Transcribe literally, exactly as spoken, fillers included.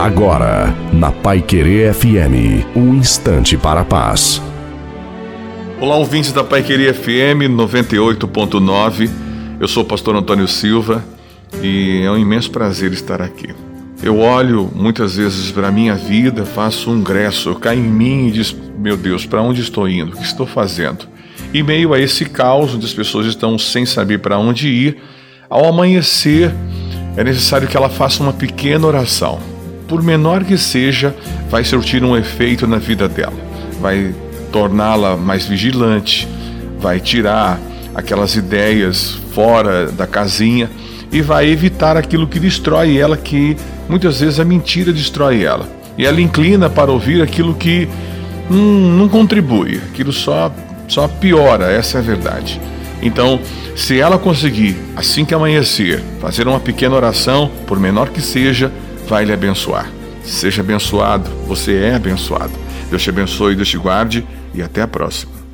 Agora, na Paiquerê F M, um instante para a paz. Olá, ouvintes da Paiquerê F M noventa e oito ponto nove. Eu sou o pastor Antônio Silva e é um imenso prazer estar aqui. Eu olho muitas vezes para a minha vida, faço um ingresso, eu caio em mim e diz, meu Deus, para onde estou indo? O que estou fazendo? E meio a esse caos, onde as pessoas estão sem saber para onde ir, ao amanhecer é necessário que ela faça uma pequena oração. Por menor que seja, vai surtir um efeito na vida dela. Vai torná-la mais vigilante, vai tirar aquelas ideias fora da casinha e vai evitar aquilo que destrói ela, que muitas vezes a mentira destrói ela. E ela inclina para ouvir aquilo que hum, não contribui, aquilo só, só piora, essa é a verdade. Então, se ela conseguir, assim que amanhecer, fazer uma pequena oração, por menor que seja, vai lhe abençoar. Seja abençoado, você é abençoado. Deus te abençoe, Deus te guarde e até a próxima.